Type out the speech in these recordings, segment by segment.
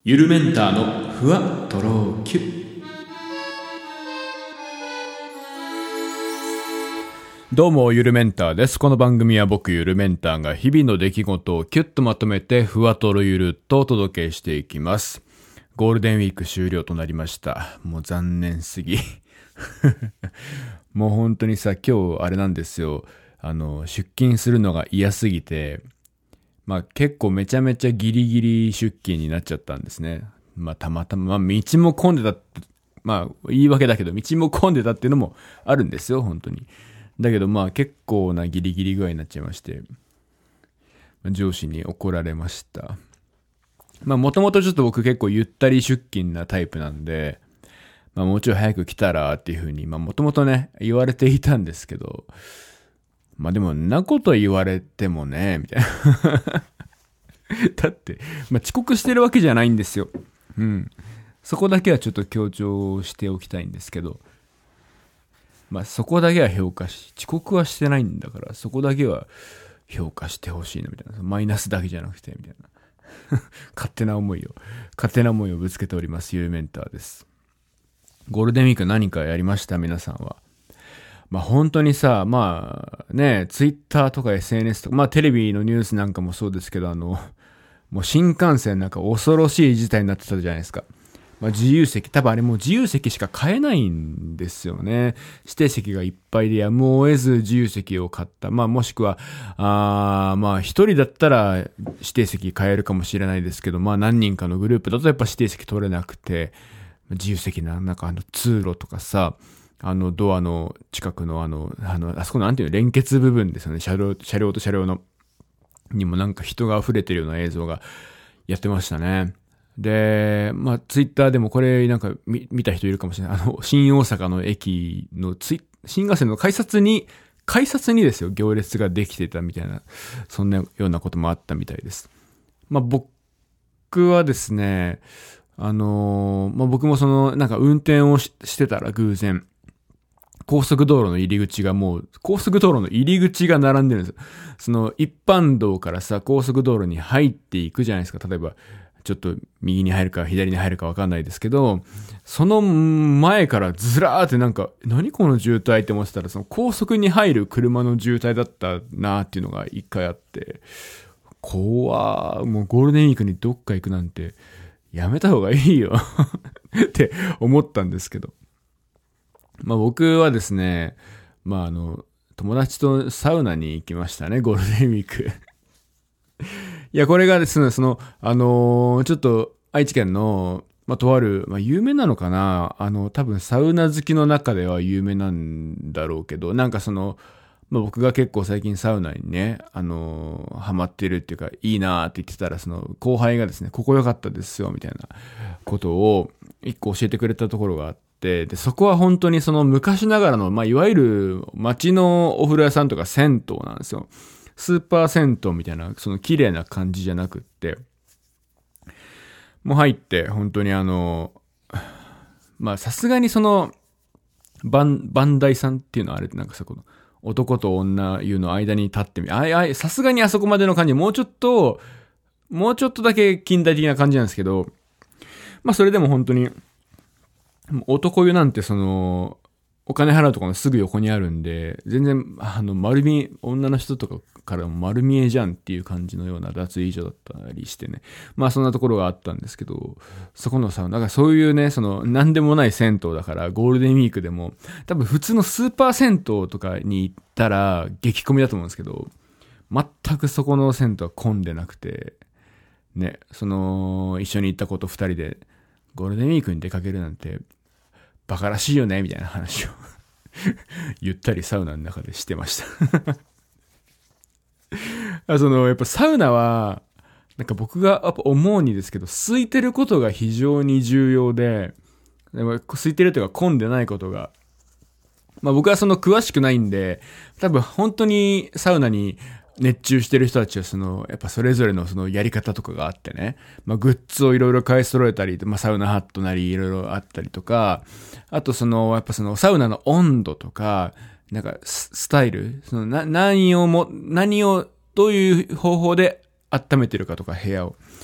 ゆるメンターのふわとろきゅ。どうもゆるメンターです。この番組は僕ゆるメンターが日々の出来事をキュッとまとめてふわとろゆるっとお届けしていきます。ゴールデンウィーク終了となりました。もう残念すぎもう本当にさ、今日あれなんですよ、出勤するのが嫌すぎて、結構めちゃめちゃギリギリ出勤になっちゃったんですね。たまたま、道も混んでたって、言い訳だけど、道も混んでたっていうのもあるんですよ、本当に。だけど結構なギリギリ具合になっちゃいまして、上司に怒られました。もともとちょっと僕結構ゆったり出勤なタイプなんで、もうちょい早く来たらっていう風に、もともとね、言われていたんですけど、でもんなこと言われてもね、みたいな。だって、遅刻してるわけじゃないんですよ。そこだけはちょっと強調しておきたいんですけど、そこだけは評価し、遅刻はしてないんだから、そこだけは評価してほしいな、みたいな。マイナスだけじゃなくて、みたいな。勝手な思いをぶつけております。ゆるメンターです。ゴールデンウィーク何かやりました？皆さんは。本当にさ、ツイッターとか SNS とか、テレビのニュースなんかもそうですけど、もう新幹線なんか恐ろしい事態になってたじゃないですか。自由席、多分あれもう自由席しか買えないんですよね。指定席がいっぱいでやむを得ず自由席を買った。もしくは、一人だったら指定席買えるかもしれないですけど、何人かのグループだとやっぱ指定席取れなくて、自由席なんか通路とかさ、ドアの近くのあそこのなんていうの、連結部分ですよね。車両と車両の、にもなんか人が溢れてるような映像がやってましたね。で、ツイッターでもこれなんか見た人いるかもしれない。新大阪の駅の新幹線の改札にですよ、行列ができてたみたいな、そんなようなこともあったみたいです。僕はですね、僕もなんか運転をしてたら偶然、高速道路の入り口が並んでるんですよ。その一般道からさ、高速道路に入っていくじゃないですか。例えば、ちょっと右に入るか左に入るかわかんないですけど、その前からずらーってなんか、何この渋滞って思ってたら、その高速に入る車の渋滞だったなーっていうのが一回あって、もうゴールデンウィークにどっか行くなんて、やめた方がいいよって思ったんですけど。僕はですね、友達とサウナに行きましたね、ゴールデンウィーク。いや、これがですね、ちょっと愛知県の、とある、有名なのかな、多分サウナ好きの中では有名なんだろうけど、なんか僕が結構最近サウナにね、ハマってるっていうか、いいなーって言ってたら、後輩がですね、ここ良かったですよ、みたいなことを一個教えてくれたところがあって、で、そこは本当に昔ながらの、いわゆる街のお風呂屋さんとか銭湯なんですよ。スーパー銭湯みたいな、綺麗な感じじゃなくって、もう入って、本当にさすがにバンダイさんっていうのはあれってなんかさ、この、男と女湯の間に立ってさすがにあそこまでの感じ、もうちょっとだけ近代的な感じなんですけど、それでも本当に、男湯なんてお金払うところのすぐ横にあるんで、全然、丸見え、女の人とかからも丸見えじゃんっていう感じのような脱衣所だったりしてね。そんなところがあったんですけど、そこのさ、だからそういうね、なんでもない銭湯だから、ゴールデンウィークでも、多分普通のスーパー銭湯とかに行ったら、激混みだと思うんですけど、全くそこの銭湯は混んでなくて、ね、一緒に行った子と二人で、ゴールデンウィークに出かけるなんて、バカらしいよねみたいな話をゆったりサウナの中でしてましたやっぱサウナはなんか僕がやっぱ思うにですけど、空いてることが非常に重要で、空いてるというか混んでないことが、僕は詳しくないんで、多分本当にサウナに熱中してる人たちはやっぱそれぞれのやり方とかがあってね。グッズをいろいろ買い揃えたり、サウナハットなりいろいろあったりとか、あとやっぱサウナの温度とか、なんかスタイル、何を、どういう方法で温めてるかとか部屋を。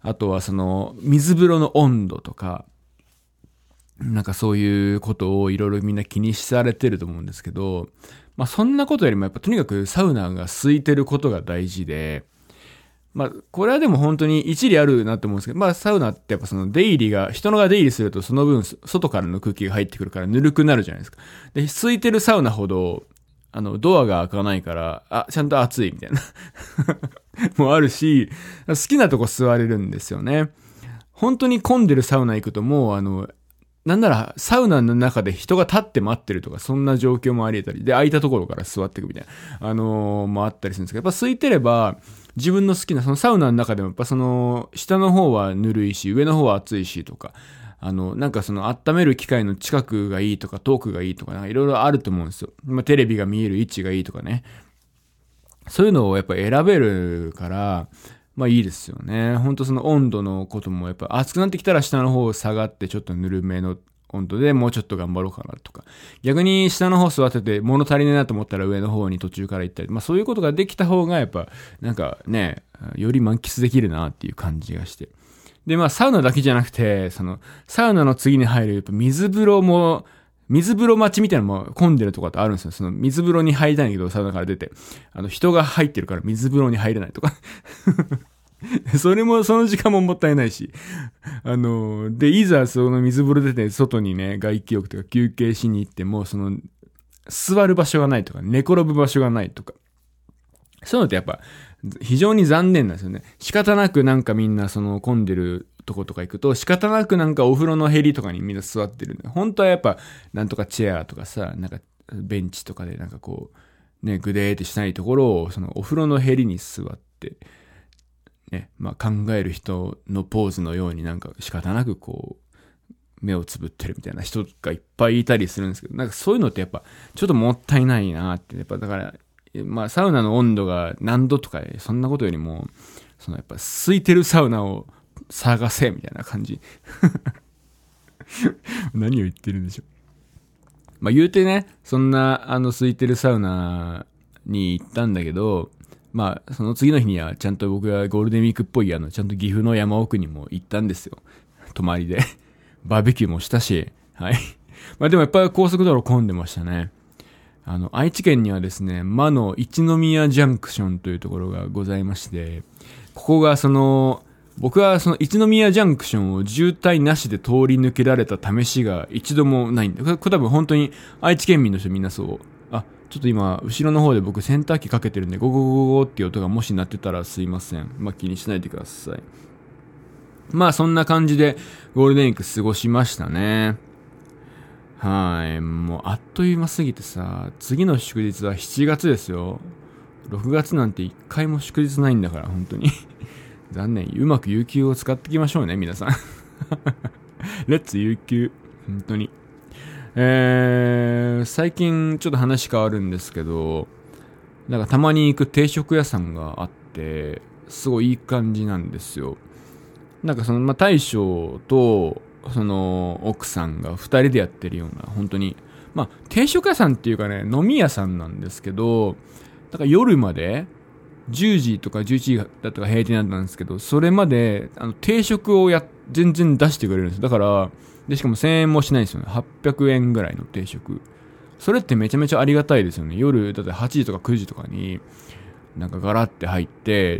あとはその水風呂の温度とか、なんかそういうことをいろいろみんな気にされてると思うんですけど、まあそんなことよりもやっぱとにかくサウナが空いてることが大事で、まあこれはでも本当に一理あるなと思うんですけど、まあサウナってやっぱその出入りが、人が出入りするとその分外からの空気が入ってくるからぬるくなるじゃないですか。で、空いてるサウナほど、ドアが開かないから、ちゃんと暑いみたいな。もあるし、好きなとこ座れるんですよね。本当に混んでるサウナ行くともうなんならサウナの中で人が立って待ってるとか、そんな状況もあり得たり、で、空いたところから座っていくみたいな、もあったりするんですけど、やっぱ空いてれば、自分の好きな、そのサウナの中でもやっぱその、下の方はぬるいし、上の方は暑いしとか、なんかその温める機械の近くがいいとか、遠くがいいとか、なんかいろいろあると思うんですよ。まあ、テレビが見える位置がいいとかね。そういうのをやっぱ選べるから、まあいいですよね。ほんとその温度のこともやっぱ暑くなってきたら下の方下がってちょっとぬるめの温度でもうちょっと頑張ろうかなとか。逆に下の方座ってて物足りねえなと思ったら上の方に途中から行ったり。まあそういうことができた方がやっぱなんかね、より満喫できるなっていう感じがして。でまあサウナだけじゃなくて、そのサウナの次に入るやっぱ水風呂待ちみたいなのも混んでるとこってあるんですよ。その水風呂に入りたいんだけど、サウナから出て。人が入ってるから水風呂に入れないとか。その時間ももったいないし。で、いざその水風呂出て外にね、外気浴とか休憩しに行っても、座る場所がないとか、寝転ぶ場所がないとか。そういうのってやっぱ、非常に残念なんですよね。仕方なくなんかみんな混んでるとことか行くと、仕方なくなんかお風呂のヘリとかにみんな座ってるんで、本当はやっぱ、なんとかチェアとかさ、なんかベンチとかでなんかこう、ね、ぐでーってしないところを、お風呂のヘリに座って、ね、まあ考える人のポーズのようになんか仕方なくこう、目をつぶってるみたいな人がいっぱいいたりするんですけど、なんかそういうのってやっぱ、ちょっともったいないなって、やっぱだから、まあサウナの温度が何度とか、そんなことよりも、やっぱ空いてるサウナを探せみたいな感じ。何を言ってるんでしょう。まあ言うてね、そんな空いてるサウナに行ったんだけど、まあその次の日にはちゃんと僕がゴールデンウィークっぽいちゃんと岐阜の山奥にも行ったんですよ。泊まりで。バーベキューもしたし、はい。まあでもやっぱり高速道路混んでましたね。愛知県にはですね、魔の一宮ジャンクションというところがございまして、ここが僕は一宮ジャンクションを渋滞なしで通り抜けられた試しが一度もないんで、これ多分本当に愛知県民の人みんなそう。ちょっと今、後ろの方で僕洗濯機かけてるんで、ゴゴゴゴっていう音がもし鳴ってたらすいません。まあ気にしないでください。まあそんな感じでゴールデンウィーク過ごしましたね。はい。もうあっという間すぎてさ、次の祝日は7月ですよ。6月なんて1回も祝日ないんだから、本当に。残念。うまく有給を使っていきましょうね、皆さん。レッツ有給。本当に。最近ちょっと話変わるんですけど、なんかたまに行く定食屋さんがあって、すごいいい感じなんですよ。なんかまあ、大将と、奥さんが二人でやってるような、本当に、まあ、定食屋さんっていうかね、飲み屋さんなんですけど、だから夜まで、10時とか11時だとか閉店だったんですけど、それまで、定食を全然出してくれるんです。だから、で、しかも1000円もしないんですよね。800円ぐらいの定食。それってめちゃめちゃありがたいですよね。夜、だって8時とか9時とかに、なんかガラって入って、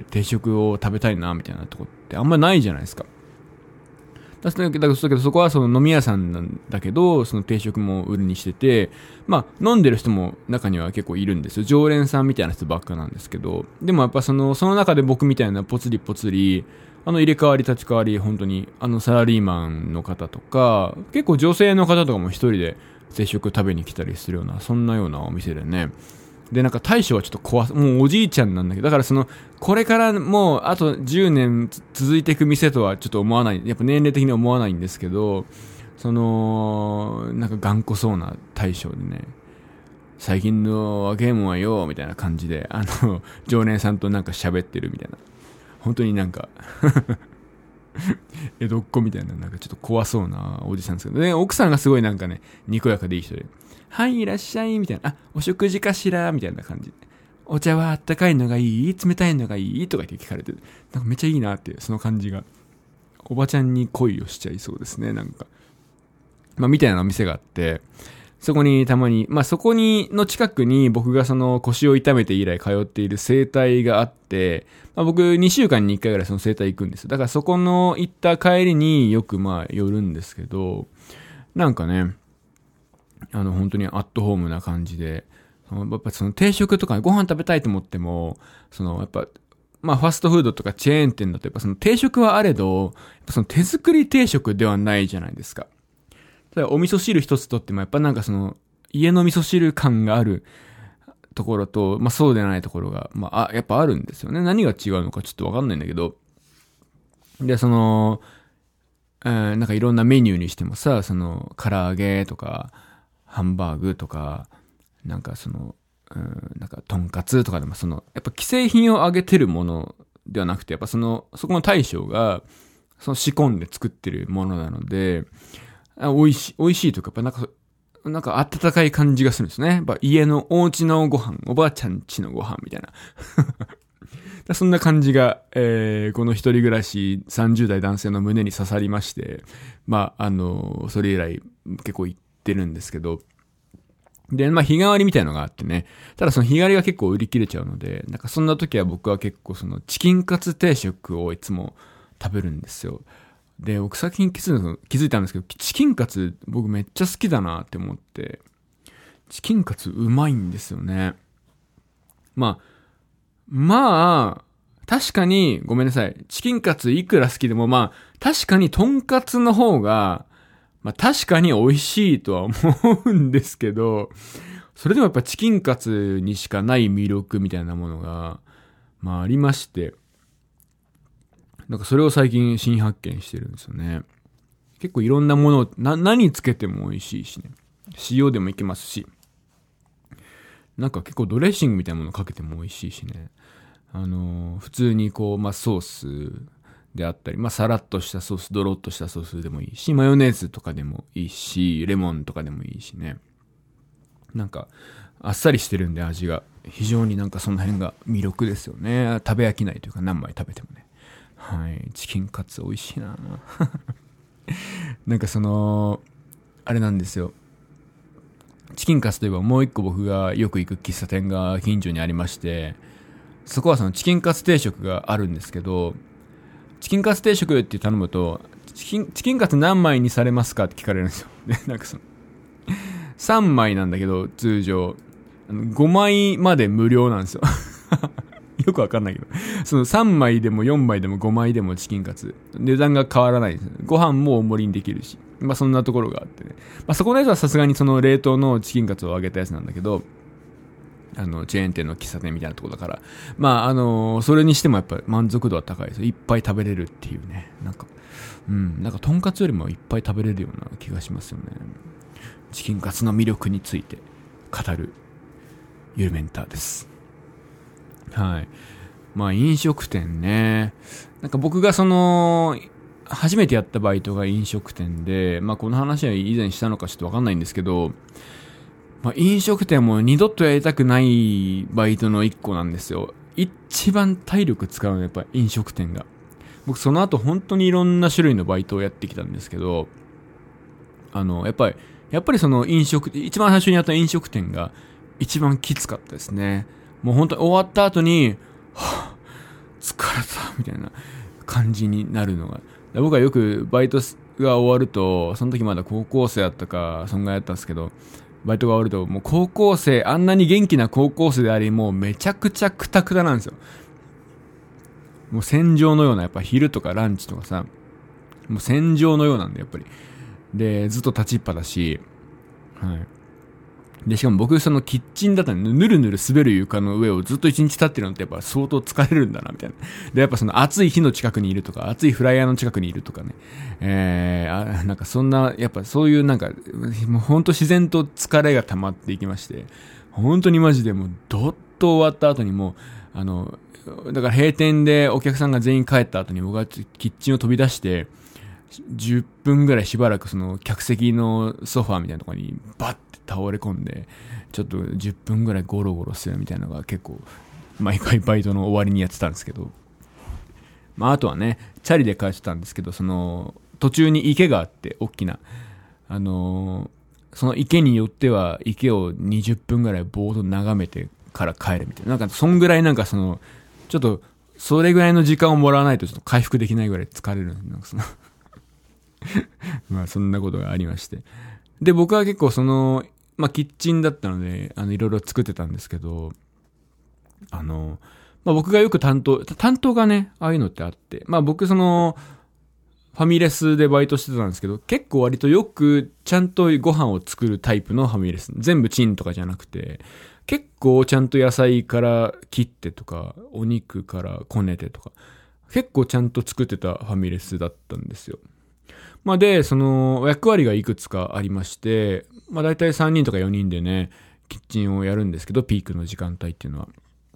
定食を食べたいな、みたいなとこってあんまないじゃないですか。だけどそこは飲み屋さんなんだけど、その定食も売りにしてて、まあ、飲んでる人も中には結構いるんですよ。常連さんみたいな人ばっかなんですけど、でもやっぱその中で僕みたいなポツリポツリ、入れ替わり立ち替わり、本当に、サラリーマンの方とか、結構女性の方とかも一人で定食食べに来たりするような、そんなようなお店でね。で、なんか大将はちょっともうおじいちゃんなんだけど、だからこれからもうあと10年続いていく店とはちょっと思わない、やっぱ年齢的に思わないんですけど、なんか頑固そうな大将でね、最近の若いもんはよ、みたいな感じで、常連さんとなんか喋ってるみたいな。本当になんか江戸っ子みたいな、なんかちょっと怖そうなおじさんですけどね、奥さんがすごいなんかね、にこやかでいい人で、はい、いらっしゃい、みたいな。お食事かしらみたいな感じ。お茶はあったかいのがいい冷たいのがいいとか言って聞かれて、なんかめっちゃいいなって、その感じが。 おばちゃんに恋をしちゃいそうですね、なんか。まあ、みたいなお店があって、そこにたまに、まあ、そこに、の近くに僕がその腰を痛めて以来通っている整体があって、まあ、僕2週間に1回ぐらいその整体行くんですよ。だからそこの行った帰りによくまあ寄るんですけど、なんかね、本当にアットホームな感じで、やっぱその定食とかご飯食べたいと思っても、やっぱ、まあファストフードとかチェーン店だとやっぱその定食はあれど、やっぱその手作り定食ではないじゃないですか。例えばお味噌汁一つとってもやっぱなんかその家の味噌汁感があるところと、まあそうでないところが、まあ、やっぱあるんですよね。何が違うのかちょっとわかんないんだけど。で、なんかいろんなメニューにしてもさ、唐揚げとか、ハンバーグとか、なんかなんか、とんかつとかでもやっぱ既製品をあげてるものではなくて、やっぱそこの大将が、仕込んで作ってるものなので、美味しいというか、やっぱなんか温かい感じがするんですね。やっぱ家のお家のご飯、おばあちゃん家のご飯みたいな。そんな感じが、この一人暮らし30代男性の胸に刺さりまして、まあ、それ以来結構行ってるんですけど、で、まあ、日替わりみたいのがあってね。ただその日替わりが結構売り切れちゃうので、なんかそんな時は僕は結構チキンカツ定食をいつも食べるんですよ。で、僕最近気づいたんですけど、チキンカツ僕めっちゃ好きだなって思って、チキンカツうまいんですよね。まあ、確かに、ごめんなさい。チキンカツいくら好きでもまあ、確かにトンカツの方が、まあ確かに美味しいとは思うんですけど、それでもやっぱチキンカツにしかない魅力みたいなものが、まあありまして、なんかそれを最近新発見してるんですよね。結構いろんなもの、何つけても美味しいしね。塩でもいけますし、なんか結構ドレッシングみたいなものかけても美味しいしね。普通にまあソースであったり、まあサラッとしたソース、ドロッとしたソースでもいいし、マヨネーズとかでもいいし、レモンとかでもいいしね。なんか、あっさりしてるんで味が。非常になんかその辺が魅力ですよね。食べ飽きないというか何枚食べてもね。はい。チキンカツ美味しいななんかあれなんですよ。チキンカツといえばもう一個僕がよく行く喫茶店が近所にありまして、そこはチキンカツ定食があるんですけど、チキンカツ定食って頼むと、チキンカツ何枚にされますかって聞かれるんですよ。で、なんか3枚なんだけど、通常。5枚まで無料なんですよ。よくわかんないけど。3枚でも4枚でも5枚でもチキンカツ。値段が変わらないです。ご飯も大盛りにできるし。まあそんなところがあってね。まあそこのやつはさすがに冷凍のチキンカツを揚げたやつなんだけど、チェーン店の喫茶店みたいなところだから。まあそれにしてもやっぱ満足度は高いですよ。いっぱい食べれるっていうね。なんかとんかつよりもいっぱい食べれるような気がしますよね。チキンカツの魅力について語るゆるメンターです。はい。まあ飲食店ね。なんか僕が初めてやったバイトが飲食店で、まあこの話は以前したのかちょっとわかんないんですけど、まあ飲食店も二度とやりたくないバイトの一個なんですよ。一番体力使うのはやっぱ飲食店が。僕その後本当にいろんな種類のバイトをやってきたんですけど、やっぱり一番最初にやった飲食店が一番きつかったですね。もう本当に終わった後に、はぁ、疲れた、みたいな感じになるのが。僕はよくバイトが終わると、その時まだ高校生だったか、そんぐらいだったんですけど、バイトが終わると、もう高校生、あんなに元気な高校生であり、もうめちゃくちゃクタクタなんですよ。もう戦場のような、やっぱ昼とかランチとかさ、もう戦場のようなんで、やっぱり。で、ずっと立ちっぱだし、はい。で、しかも僕キッチンだったらぬるぬる滑る床の上をずっと一日立ってるのってやっぱ相当疲れるんだな、みたいな。で、やっぱ暑い火の近くにいるとか、暑いフライヤーの近くにいるとかね。なんかそんな、やっぱそういうなんか、もうほんと自然と疲れが溜まっていきまして、本当にマジでもうどっと終わった後にもう、だから閉店でお客さんが全員帰った後に僕はキッチンを飛び出して、10分ぐらいしばらく客席のソファーみたいなところにバッて倒れ込んで、ちょっと10分ぐらいゴロゴロするみたいなのが結構毎回バイトの終わりにやってたんですけど、 あとはね、チャリで帰ってたんですけど、途中に池があって、大きな。その池によっては、池を20分ぐらいボード眺めてから帰るみたいな。なんか、そんぐらいちょっと、それぐらいの時間をもらわないとちょっと回復できないぐらい疲れる。なんかまあ、そんなことがありまして。で、僕は結構キッチンだったので、いろいろ作ってたんですけど、僕がよく担当がね、ああいうのってあって、僕ファミレスでバイトしてたんですけど、結構割とよくちゃんとご飯を作るタイプのファミレス。全部チンとかじゃなくて、結構ちゃんと野菜から切ってとか、お肉からこねてとか、結構ちゃんと作ってたファミレスだったんですよ。で、役割がいくつかありまして、だいたい3人とか4人でね、キッチンをやるんですけど、ピークの時間帯っていうのは。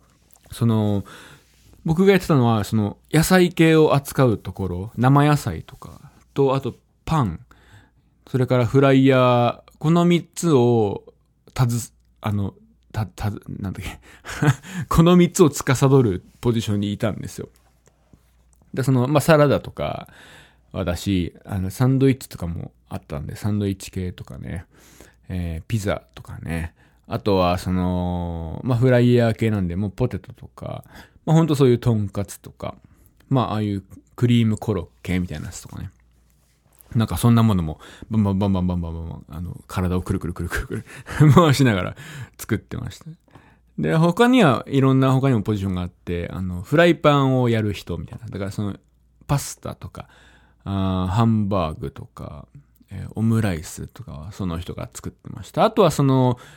僕がやってたのは、野菜系を扱うところ、生野菜とか、あと、パン、それからフライヤー、この3つを、なんだっけ、この3つを司るポジションにいたんですよ。で、サラダとかはだし、サンドイッチとかもあったんで、サンドイッチ系とかね、ピザとかね、あとは、フライヤー系なんで、もうポテトとか、ほんとそういうトンカツとか、ああいうクリームコロッケみたいなやつとかね。なんかそんなものも、バンバンバンバンバンバンバンバン、体をくるくるくるくるくる回しながら作ってました。で、他にもポジションがあって、フライパンをやる人みたいな。だからパスタとか、ハンバーグとか、オムライスとかはその人が作ってました。あとはカウ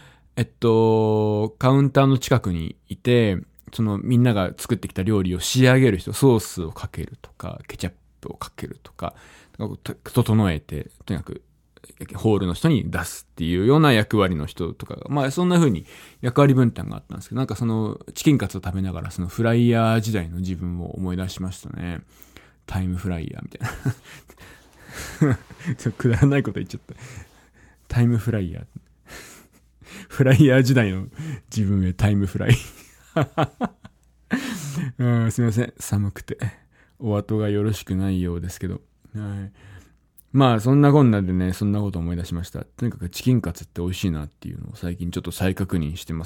ンターの近くにいて、みんなが作ってきた料理を仕上げる人、ソースをかけるとか、ケチャップをかけるとか、整えて、とにかく、ホールの人に出すっていうような役割の人とかが、そんな風に役割分担があったんですけど、なんかチキンカツを食べながら、フライヤー時代の自分を思い出しましたね。タイムフライヤーみたいな。くだらないこと言っちゃった。タイムフライヤー。フライヤー時代の自分へタイムフライ。すみません。寒くて。お後がよろしくないようですけど。はい。そんなこんなでね、そんなこと思い出しました。とにかくチキンカツって美味しいなっていうのを最近ちょっと再確認してます。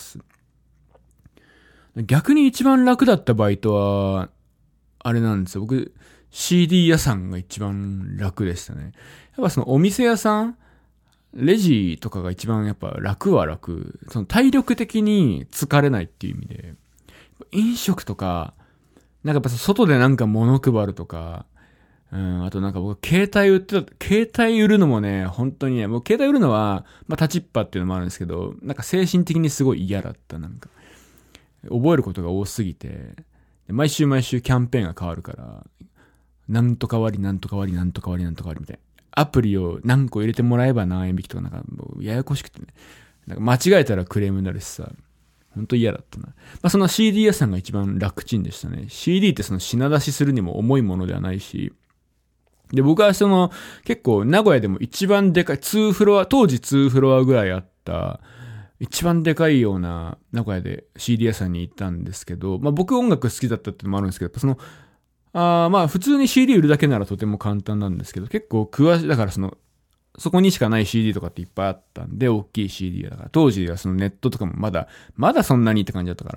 逆に一番楽だったバイトは、あれなんですよ。僕、CD 屋さんが一番楽でしたね。やっぱお店屋さん、レジとかが一番やっぱ楽は楽。体力的に疲れないっていう意味で。飲食とか、なんかやっぱ外でなんか物配るとか、あとなんか僕携帯売るのもね、本当にね、もう携帯売るのは、立ちっぱっていうのもあるんですけど、なんか精神的にすごい嫌だった。なんか、覚えることが多すぎて、毎週毎週キャンペーンが変わるから、なんとか割り、なんとか割り、なんとか割り、なんとか割りみたいな。アプリを何個入れてもらえば何円引きとかなんかもうややこしくてね。なんか間違えたらクレームになるしさ。ほんと嫌だったな。その CD 屋さんが一番楽ちんでしたね。CD って品出しするにも重いものではないし。で、僕は結構名古屋でも一番でかい、2フロア、当時2フロアぐらいあった、一番でかいような名古屋で CD 屋さんに行ったんですけど、僕音楽好きだったってのもあるんですけど、普通に CD 売るだけならとても簡単なんですけど、結構だからそこにしかない CD とかっていっぱいあったんで、大きい CD だから、当時はネットとかもまだそんなにって感じだったから、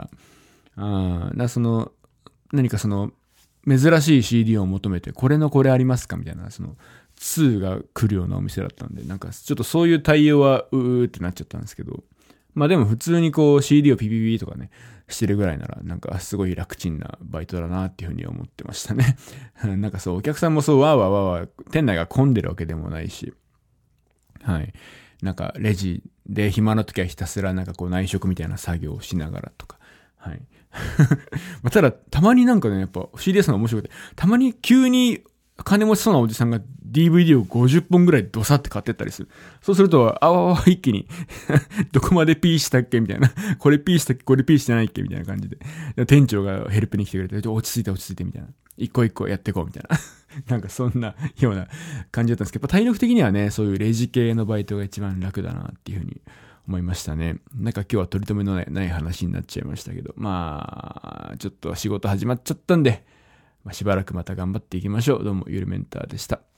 何か珍しい CD を求めて、これありますかみたいな、2が来るようなお店だったんで、なんかちょっとそういう対応は、ってなっちゃったんですけど、でも普通にCD をピピピとかね、してるぐらいなら、なんかすごい楽ちんなバイトだなっていうふうに思ってましたね。なんかお客さんもわーわーわー店内が混んでるわけでもないし、はい。なんかレジで暇な時はひたすらなんか内職みたいな作業をしながらとか、はい。ただ、たまになんかね、やっぱ CDS の面白くて、たまに急に金持ちそうなおじさんが DVD を50本ぐらいドサって買ってったりする。そうすると、一気にどこまで P したっけみたいな。これ P したっけこれ P してないっけみたいな感じで。店長がヘルプに来てくれて、落ち着いてみたいな。一個一個やっていこうみたいな。なんかそんなような感じだったんですけど、体力的にはね、そういうレジ系のバイトが一番楽だなっていうふうに思いましたね。なんか今日は取り留めのない話になっちゃいましたけど、ちょっと仕事始まっちゃったんで、 しばらくまた頑張っていきましょう。どうもゆるメンターでした。